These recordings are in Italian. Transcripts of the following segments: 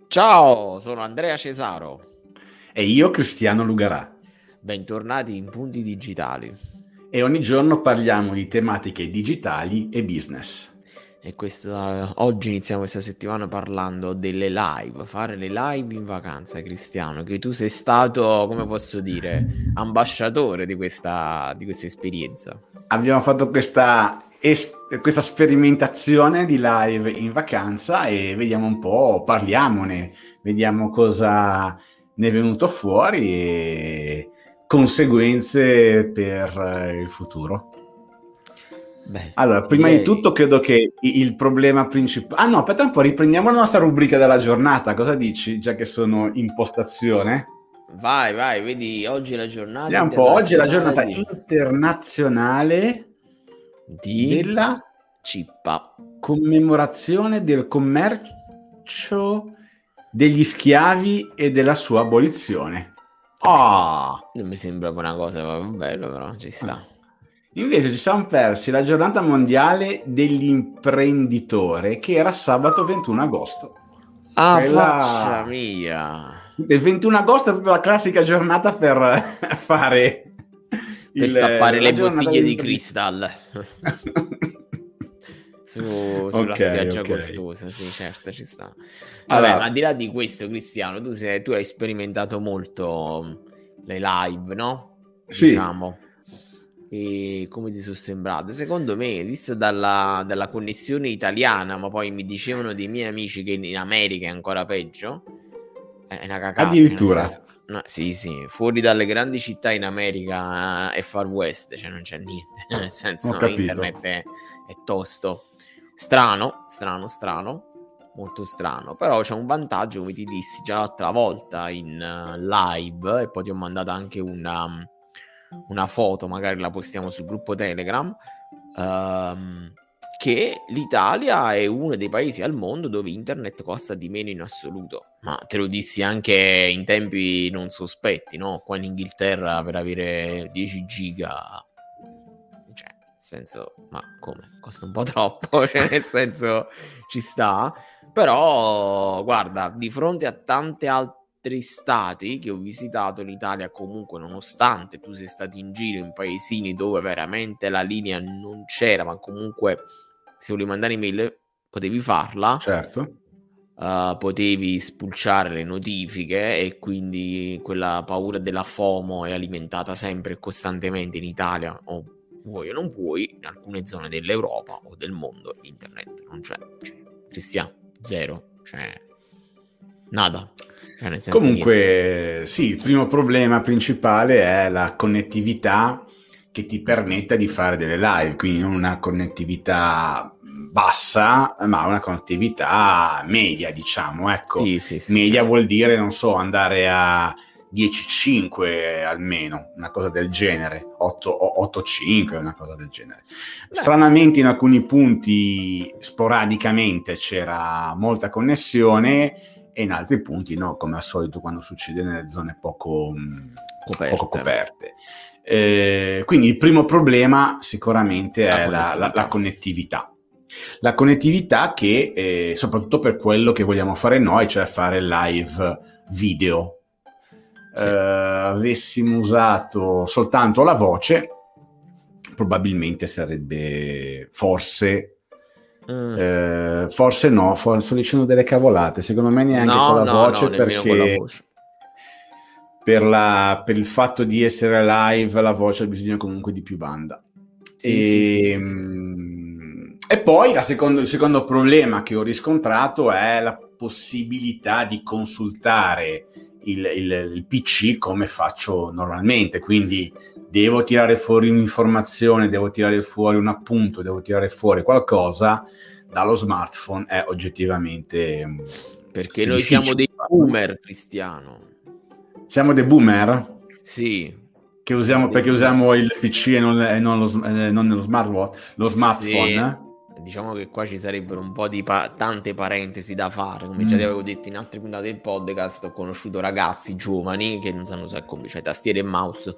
Ciao, sono Andrea Cesaro. E io Cristiano Lugarà. Bentornati in Punti Digitali. E ogni giorno parliamo di tematiche digitali e business. E oggi iniziamo questa settimana parlando delle live, fare le live in vacanza, Cristiano, che tu sei stato, come posso dire, ambasciatore di questa esperienza. Abbiamo fatto questa sperimentazione di live in vacanza e vediamo un po', parliamone, vediamo cosa ne è venuto fuori e conseguenze per il futuro. Beh, allora, prima di tutto credo che il problema principale... Ah no, aspetta un po', riprendiamo la nostra rubrica della giornata. Cosa dici, già che sono in postazione? Vai, vedi, oggi è la giornata Vediamo un po', oggi è la giornata di internazionale della cippa. Commemorazione del commercio degli schiavi e della sua abolizione. Non mi sembra una cosa bella, però ci sta. Invece ci siamo persi la giornata mondiale dell'imprenditore, che era sabato 21 agosto. Faccia mia! Il 21 agosto è proprio la classica giornata per fare stappare le bottiglie di Cristal sulla spiaggia costosa. Sì, certo, ci sta. Vabbè, ma al di là di questo, Cristiano, tu hai sperimentato molto le live, no? Sì. Diciamo. E come ti sono sembrate? Secondo me, visto dalla connessione italiana, ma poi mi dicevano dei miei amici che in America è ancora peggio, è una cagata. Addirittura. Sì, fuori dalle grandi città in America è Far West, cioè non c'è niente, nel senso internet è tosto. Strano, molto strano, però c'è un vantaggio, come ti dissi già l'altra volta in live, e poi ti ho mandato anche una foto, magari la postiamo sul gruppo Telegram, che l'Italia è uno dei paesi al mondo dove internet costa di meno in assoluto. Ma te lo dissi anche in tempi non sospetti, no? Qua in Inghilterra per avere 10 giga, cioè, nel senso, ma come? Costa un po' troppo, cioè, nel senso, ci sta. Però, guarda, di fronte a tante altri stati che ho visitato, l'Italia comunque, nonostante tu sei stato in giro in paesini dove veramente la linea non c'era, ma comunque se volevi mandare email potevi farla. Certo. Potevi spulciare le notifiche e quindi quella paura della FOMO è alimentata sempre e costantemente in Italia, o vuoi o non vuoi, in alcune zone dell'Europa o del mondo internet non c'è, Cristiano, zero, cioè nada. Comunque sì, il primo problema principale è la connettività che ti permetta di fare delle live, quindi non una connettività bassa, ma una connettività media, diciamo, ecco. Sì, media, certo. Vuol dire, non so, andare a 10.5 almeno, una cosa del genere, 8.5, una cosa del genere. Stranamente in alcuni punti sporadicamente c'era molta connessione e in altri punti no, come al solito quando succede nelle zone poco coperte. Quindi il primo problema sicuramente è la connettività. La connettività che, soprattutto per quello che vogliamo fare noi, cioè fare live video. Sì. Avessimo usato soltanto la voce, probabilmente sarebbe forse no, sto dicendo delle cavolate, secondo me neanche con la voce, perché con la voce. Per il fatto di essere live la voce ha bisogno comunque di più banda. Sì. E poi il secondo problema che ho riscontrato è la possibilità di consultare il PC come faccio normalmente, quindi devo tirare fuori un'informazione, devo tirare fuori un appunto, devo tirare fuori qualcosa dallo smartphone, è oggettivamente perché noi siamo dei boomer, Cristiano. Siamo dei boomer? Sì. Che usiamo perché usiamo il PC e non nello smartphone? Sì. Diciamo che qua ci sarebbero un po' di tante parentesi da fare, come già ti avevo detto in altre puntate del podcast. Ho conosciuto ragazzi giovani che non sanno usare computer, tastiere e mouse.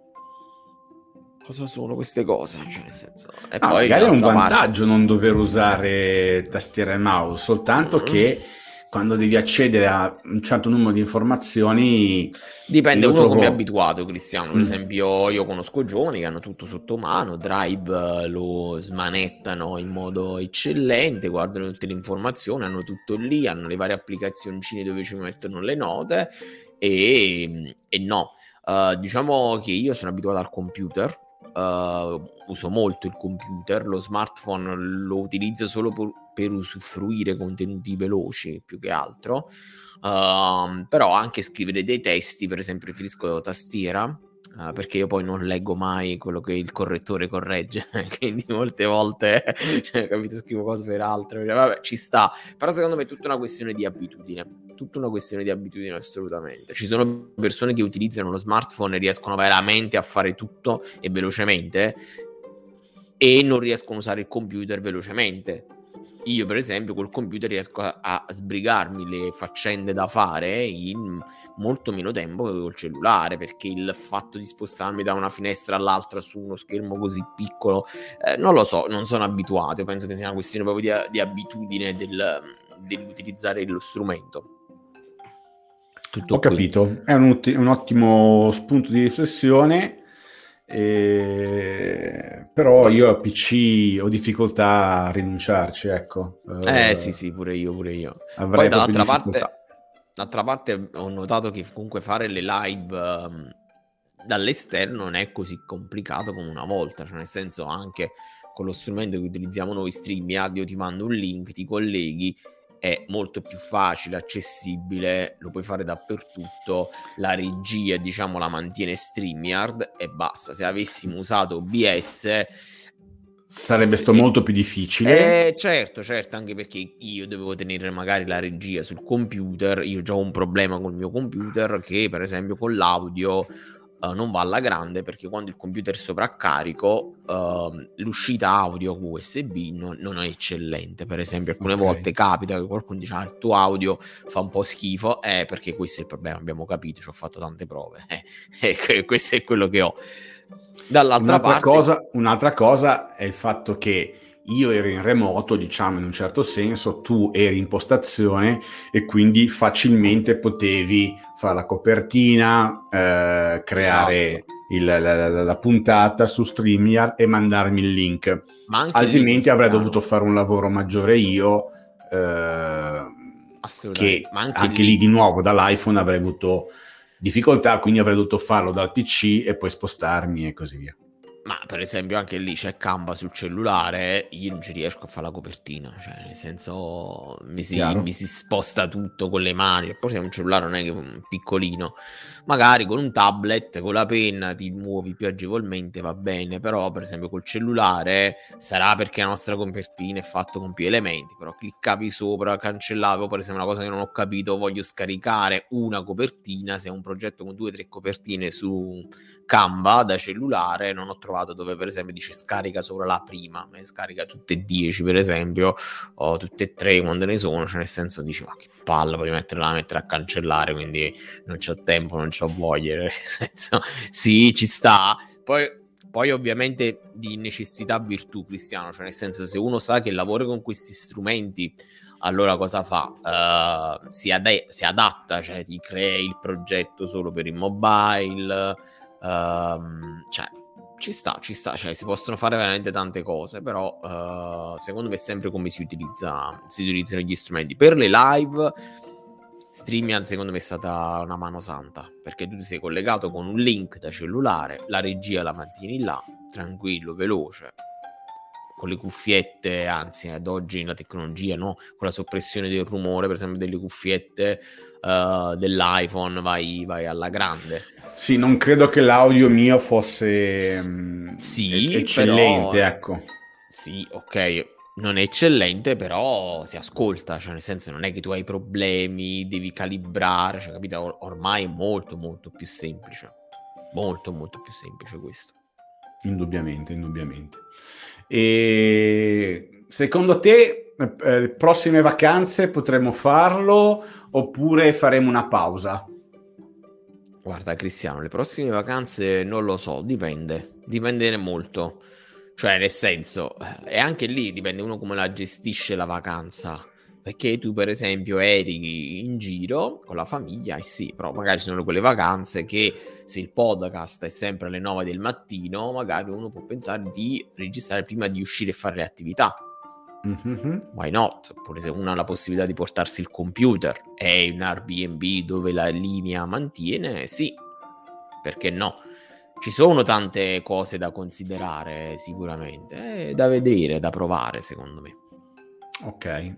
Cosa sono queste cose? Cioè, nel senso, e poi magari è un vantaggio non dover usare tastiera e mouse, soltanto che quando devi accedere a un certo numero di informazioni, Dipende io uno come è trovo... abituato, Cristiano. Per esempio, io conosco giovani che hanno tutto sotto mano, Drive lo smanettano in modo eccellente, guardano tutte le informazioni, hanno tutto lì, hanno le varie applicazioncine dove ci mettono le note e no. Diciamo che io sono abituato al computer, uso molto il computer, lo smartphone lo utilizzo solo per usufruire contenuti veloci più che altro. Però anche scrivere dei testi, per esempio, preferisco tastiera, perché io poi non leggo mai quello che il correttore corregge, quindi molte volte, cioè, capito, scrivo cose per altre, vabbè, ci sta, però secondo me è tutta una questione di abitudine, assolutamente. Ci sono persone che utilizzano lo smartphone e riescono veramente a fare tutto e velocemente e non riescono a usare il computer velocemente. Io per esempio col computer riesco a sbrigarmi le faccende da fare in molto meno tempo che col cellulare, perché il fatto di spostarmi da una finestra all'altra su uno schermo così piccolo, non lo so, non sono abituato. Io penso che sia una questione proprio di abitudine dell'utilizzare lo strumento. Tutto Ho capito, è un ottimo spunto di riflessione. Però io a PC ho difficoltà a rinunciarci, ecco. Sì, pure io. Avrei Poi proprio difficoltà. D'altra parte ho notato che comunque fare le live dall'esterno non è così complicato come una volta, cioè nel senso anche con lo strumento che utilizziamo noi, StreamYard, io ti mando un link, ti colleghi, è molto più facile, accessibile, lo puoi fare dappertutto, la regia diciamo la mantiene StreamYard e basta. Se avessimo usato OBS sarebbe stato molto più difficile. Certo, anche perché io dovevo tenere magari la regia sul computer, io già ho un problema col mio computer che per esempio con l'audio non va alla grande, perché quando il computer è sovraccarico l'uscita audio USB non è eccellente. Per esempio alcune volte capita che qualcuno dice il tuo audio fa un po' schifo, perché questo è il problema, abbiamo capito, ci ho fatto tante prove questo è quello che ho. Dall'altra Un'altra cosa è il fatto che io ero in remoto, diciamo in un certo senso, tu eri in postazione e quindi facilmente potevi fare la copertina, creare la puntata su StreamYard e mandarmi il link. Altrimenti avrei dovuto fare un lavoro maggiore io, che anche lì di nuovo dall'iPhone avrei avuto difficoltà, quindi avrei dovuto farlo dal PC e poi spostarmi e così via. Ma per esempio anche lì c'è Canva sul cellulare, io non ci riesco a fare la copertina, cioè nel senso mi si sposta tutto con le mani, e poi un cellulare non è che un piccolino, magari con un tablet, con la penna ti muovi più agevolmente, va bene, però per esempio col cellulare sarà perché la nostra copertina è fatta con più elementi, però cliccavi sopra, cancellavi, per esempio una cosa che non ho capito, voglio scaricare una copertina, se è un progetto con 2 o 3 copertine su Canva da cellulare, non ho trovato dove per esempio dice scarica sopra la prima, me ne scarica tutte e 10 per esempio, o tutte e 3 quando ne sono, cioè nel senso dici ma che palla, puoi mettere a cancellare, quindi non c'ho tempo, non c'ho voglia, nel senso sì, ci sta. Poi ovviamente di necessità virtù, Cristiano, cioè nel senso se uno sa che lavora con questi strumenti, allora cosa fa? Si adatta, cioè ti crei il progetto solo per il mobile, cioè ci sta, cioè si possono fare veramente tante cose, però secondo me è sempre come si utilizzano gli strumenti. Per le live StreamYard secondo me è stata una mano santa, perché tu ti sei collegato con un link da cellulare, la regia la mantieni là, tranquillo, veloce, con le cuffiette, anzi ad oggi la tecnologia, no? Con la soppressione del rumore, per esempio delle cuffiette dell'iPhone vai alla grande. Sì, non credo che l'audio mio fosse eccellente, però, ecco. Sì, ok, non è eccellente, però si ascolta, cioè nel senso non è che tu hai problemi, devi calibrare, cioè capito? Ormai è molto molto più semplice, molto molto più semplice questo. Indubbiamente. E secondo te prossime vacanze potremo farlo oppure faremo una pausa? Guarda Cristiano, le prossime vacanze non lo so, dipende molto, cioè nel senso, e anche lì dipende uno come la gestisce la vacanza, perché tu per esempio eri in giro con la famiglia, e sì, però magari ci sono quelle vacanze che se il podcast è sempre alle 9 del mattino, magari uno può pensare di registrare prima di uscire e fare le attività. Mm-hmm. Why not? Oppure se uno ha la possibilità di portarsi il computer e un Airbnb dove la linea mantiene, sì, perché no? Ci sono tante cose da considerare sicuramente, da vedere, da provare secondo me. Ok.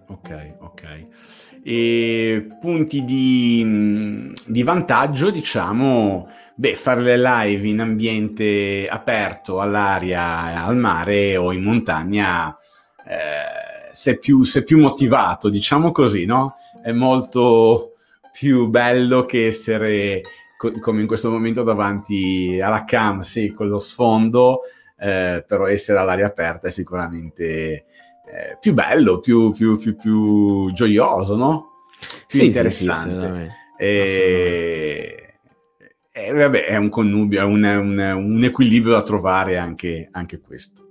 E punti di vantaggio, diciamo, fare le live in ambiente aperto, all'aria, al mare o in montagna, sei più motivato, diciamo così, no? È molto più bello che essere come in questo momento davanti alla cam, sì, con lo sfondo, però essere all'aria aperta è sicuramente più bello, più gioioso, no? Più Sì, interessante. Vabbè, è un connubio, è un equilibrio da trovare anche questo.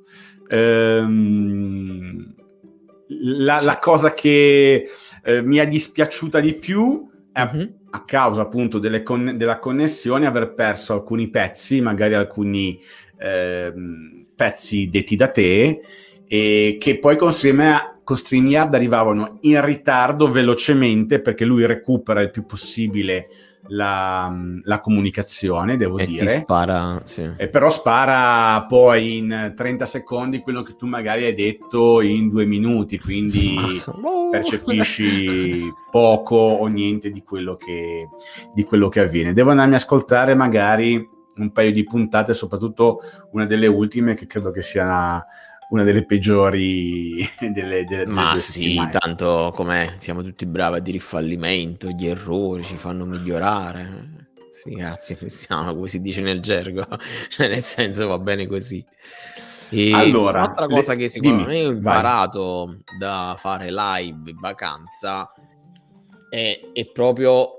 La cosa che mi è dispiaciuta di più è a causa appunto della connessione aver perso alcuni pezzi, magari alcuni pezzi detti da te, e che poi con StreamYard arrivavano in ritardo velocemente, perché lui recupera il più possibile la comunicazione, devo dire. Ti spara, sì. E però spara poi in 30 secondi quello che tu magari hai detto in 2 minuti, quindi percepisci poco o niente di quello che avviene. Devo andarmi a ascoltare magari un paio di puntate, soprattutto una delle ultime, che credo che sia una delle peggiori delle ma sì, settimane. Tanto com'è, siamo tutti bravi a dire il fallimento, gli errori ci fanno migliorare. Sì, grazie Cristiano, come si dice nel gergo, cioè nel senso va bene così. E allora, un'altra cosa che secondo me ho imparato da fare live in vacanza è proprio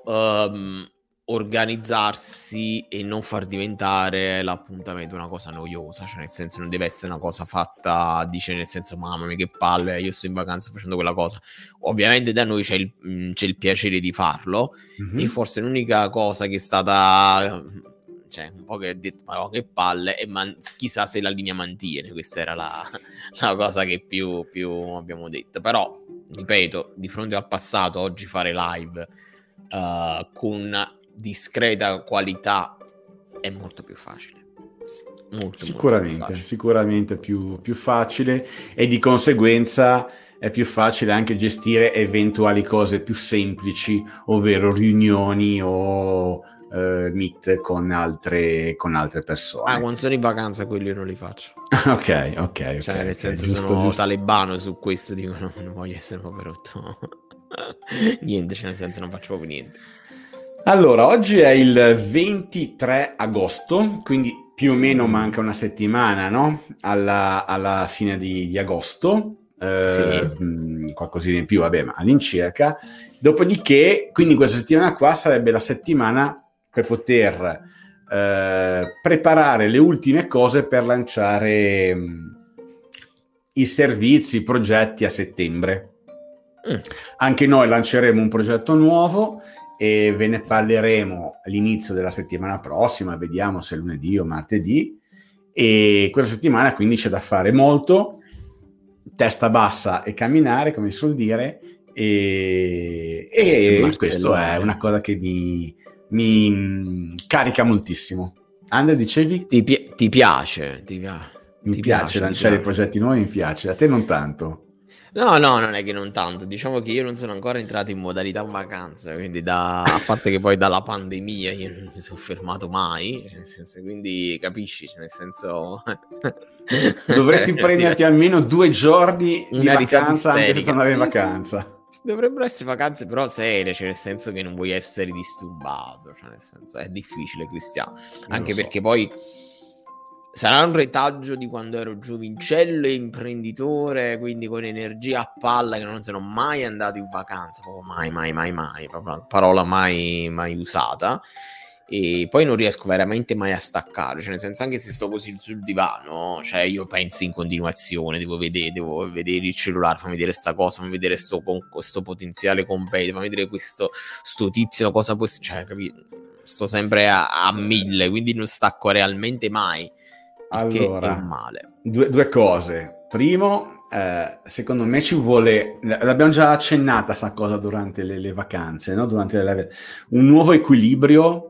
organizzarsi e non far diventare l'appuntamento una cosa noiosa, cioè nel senso non deve essere una cosa fatta, dice nel senso mamma mia che palle, io sto in vacanza facendo quella cosa. Ovviamente da noi c'è il piacere di farlo, e forse l'unica cosa che è stata, cioè un po' che ho detto ma no, che palle, e chissà se la linea mantiene, questa era la cosa che più abbiamo detto. Però ripeto, di fronte al passato, oggi fare live con discreta qualità è molto più facile, sicuramente più facile, e di conseguenza è più facile anche gestire eventuali cose più semplici, ovvero riunioni o meet con altre persone. Quando sono in vacanza quelli io non li faccio. ok, cioè nel senso giusto, sono giusto. talebano su questo, dico non voglio essere poverotto. Niente, cioè nel senso non faccio proprio niente. Allora, oggi è il 23 agosto, quindi più o meno manca una settimana, no? Alla fine di agosto, sì. Qualcosina in più, vabbè, ma all'incirca. Dopodiché, quindi questa settimana qua sarebbe la settimana per poter preparare le ultime cose per lanciare i servizi, i progetti a settembre. Anche noi lanceremo un progetto nuovo e ve ne parleremo all'inizio della settimana prossima, vediamo se è lunedì o martedì, e questa settimana quindi c'è da fare molto, testa bassa e camminare, come si suol dire, e questo è una cosa che mi carica moltissimo. Andre, dicevi? Ti piace? Mi piace lanciare i progetti nuovi, mi piace, a te non tanto. No, non è che non tanto, diciamo che io non sono ancora entrato in modalità vacanza, quindi a parte che poi dalla pandemia io non mi sono fermato mai, nel senso, quindi capisci, nel senso... Dovresti prenderti almeno 2 giorni di vacanza anche senza andare in vacanza. Sì. Dovrebbero essere vacanze però serie, cioè nel senso che non vuoi essere disturbato, cioè nel senso è difficile, Cristiano, anche perché poi... sarà un retaggio di quando ero giovincello e imprenditore, quindi con energia a palla, che non sono mai andato in vacanza, proprio mai, proprio parola mai usata. e poi non riesco veramente mai a staccare, cioè nel senso, anche se sto così sul divano, cioè io penso in continuazione, devo vedere il cellulare, fammi vedere sta cosa, fammi vedere sto potenziale competitor, fammi vedere sto tizio, cosa può, cioè, capito? Sto sempre a 1000, quindi non stacco realmente mai, allora, che è un male. Due cose. Primo, secondo me ci vuole, l'abbiamo già accennata sta cosa durante le vacanze, no? Durante un nuovo equilibrio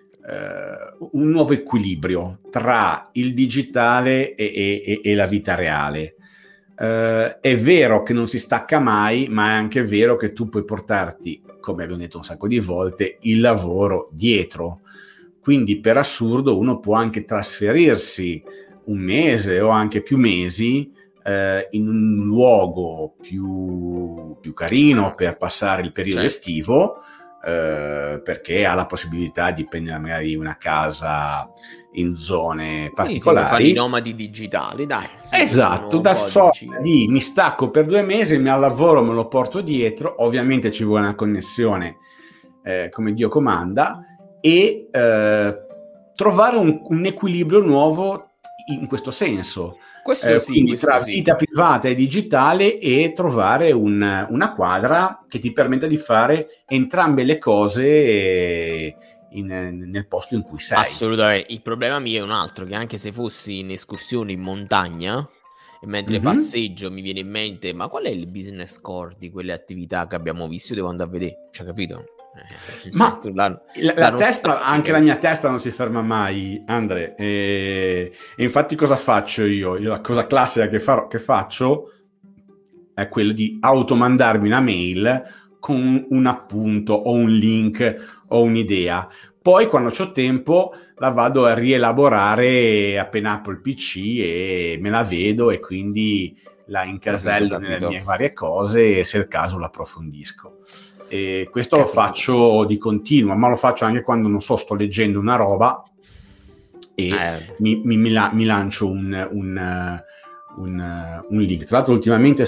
tra il digitale e la vita reale. È vero che non si stacca mai, ma è anche vero che tu puoi portarti, come abbiamo detto un sacco di volte, il lavoro dietro. Quindi per assurdo uno può anche trasferirsi un mese o anche più mesi in un luogo più carino per passare il periodo estivo, perché ha la possibilità di prendere magari una casa in zone particolari. Sì, fare i nomadi digitali, dai. Esatto, da di mi stacco per 2 mesi, il mio lavoro me lo porto dietro, ovviamente ci vuole una connessione come Dio comanda, e trovare un equilibrio nuovo in questo senso. Quindi tra vita privata e digitale, e trovare una quadra che ti permetta di fare entrambe le cose nel posto in cui sei. Assolutamente. Il problema mio è un altro, che anche se fossi in escursione in montagna e mentre passeggio mi viene in mente, ma qual è il business core di quelle attività che abbiamo visto? Devo andare a vedere, cioè, capito? Ma la testa, anche la mia testa non si ferma mai, Andre, e infatti cosa faccio io? La cosa classica che faccio è quello di automandarmi una mail con un appunto o un link o un'idea. Poi quando c'ho tempo la vado a rielaborare appena apro il PC e me la vedo, e quindi la incasello nelle mie varie cose, e se è il caso l'approfondisco. E questo lo faccio di continuo, ma lo faccio anche quando, non so, sto leggendo una roba e mi lancio un link. Tra l'altro ultimamente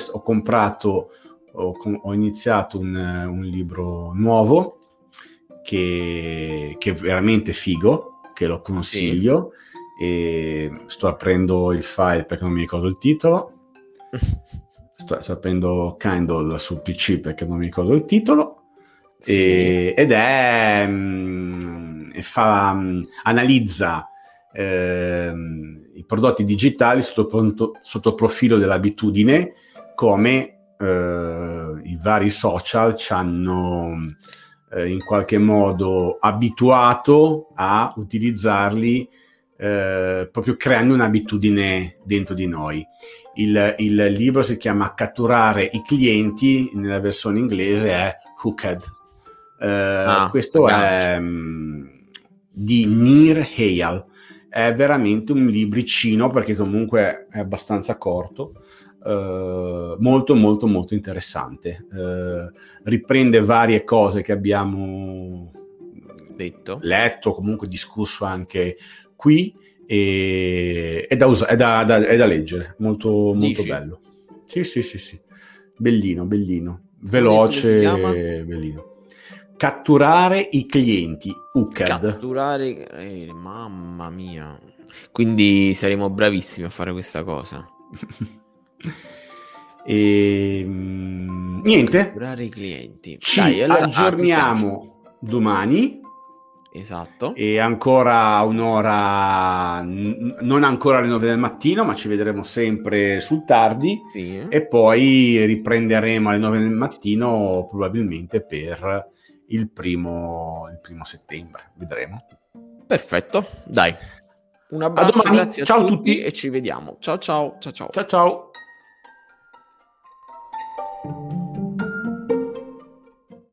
ho iniziato un libro nuovo che è veramente figo, che lo consiglio, e sto aprendo il file perché non mi ricordo il titolo. Sto aprendo Kindle sul PC perché non mi ricordo il titolo, ed è analizza i prodotti digitali sotto il profilo dell'abitudine, come i vari social ci hanno in qualche modo abituato a utilizzarli, proprio creando un'abitudine dentro di noi. Il libro si chiama Catturare i clienti, nella versione inglese è Hooked. Questo è di Nir Eyal. È veramente un libricino, perché comunque è abbastanza corto, molto molto molto interessante. Riprende varie cose che abbiamo letto, comunque discusso anche qui, è da leggere, molto molto bello. Sì, bellino, veloce, bellino. Catturare i clienti, Hooked. Mamma mia, quindi saremo bravissimi a fare questa cosa. Niente, catturare i clienti. Allora, aggiorniamo domani. Esatto. E ancora un'ora, non ancora alle 9 del mattino, ma ci vedremo sempre sul tardi. E poi riprenderemo alle 9 del mattino, probabilmente per il primo settembre. Vedremo. Perfetto, dai. Un abbraccio, grazie a tutti e ci vediamo. Ciao.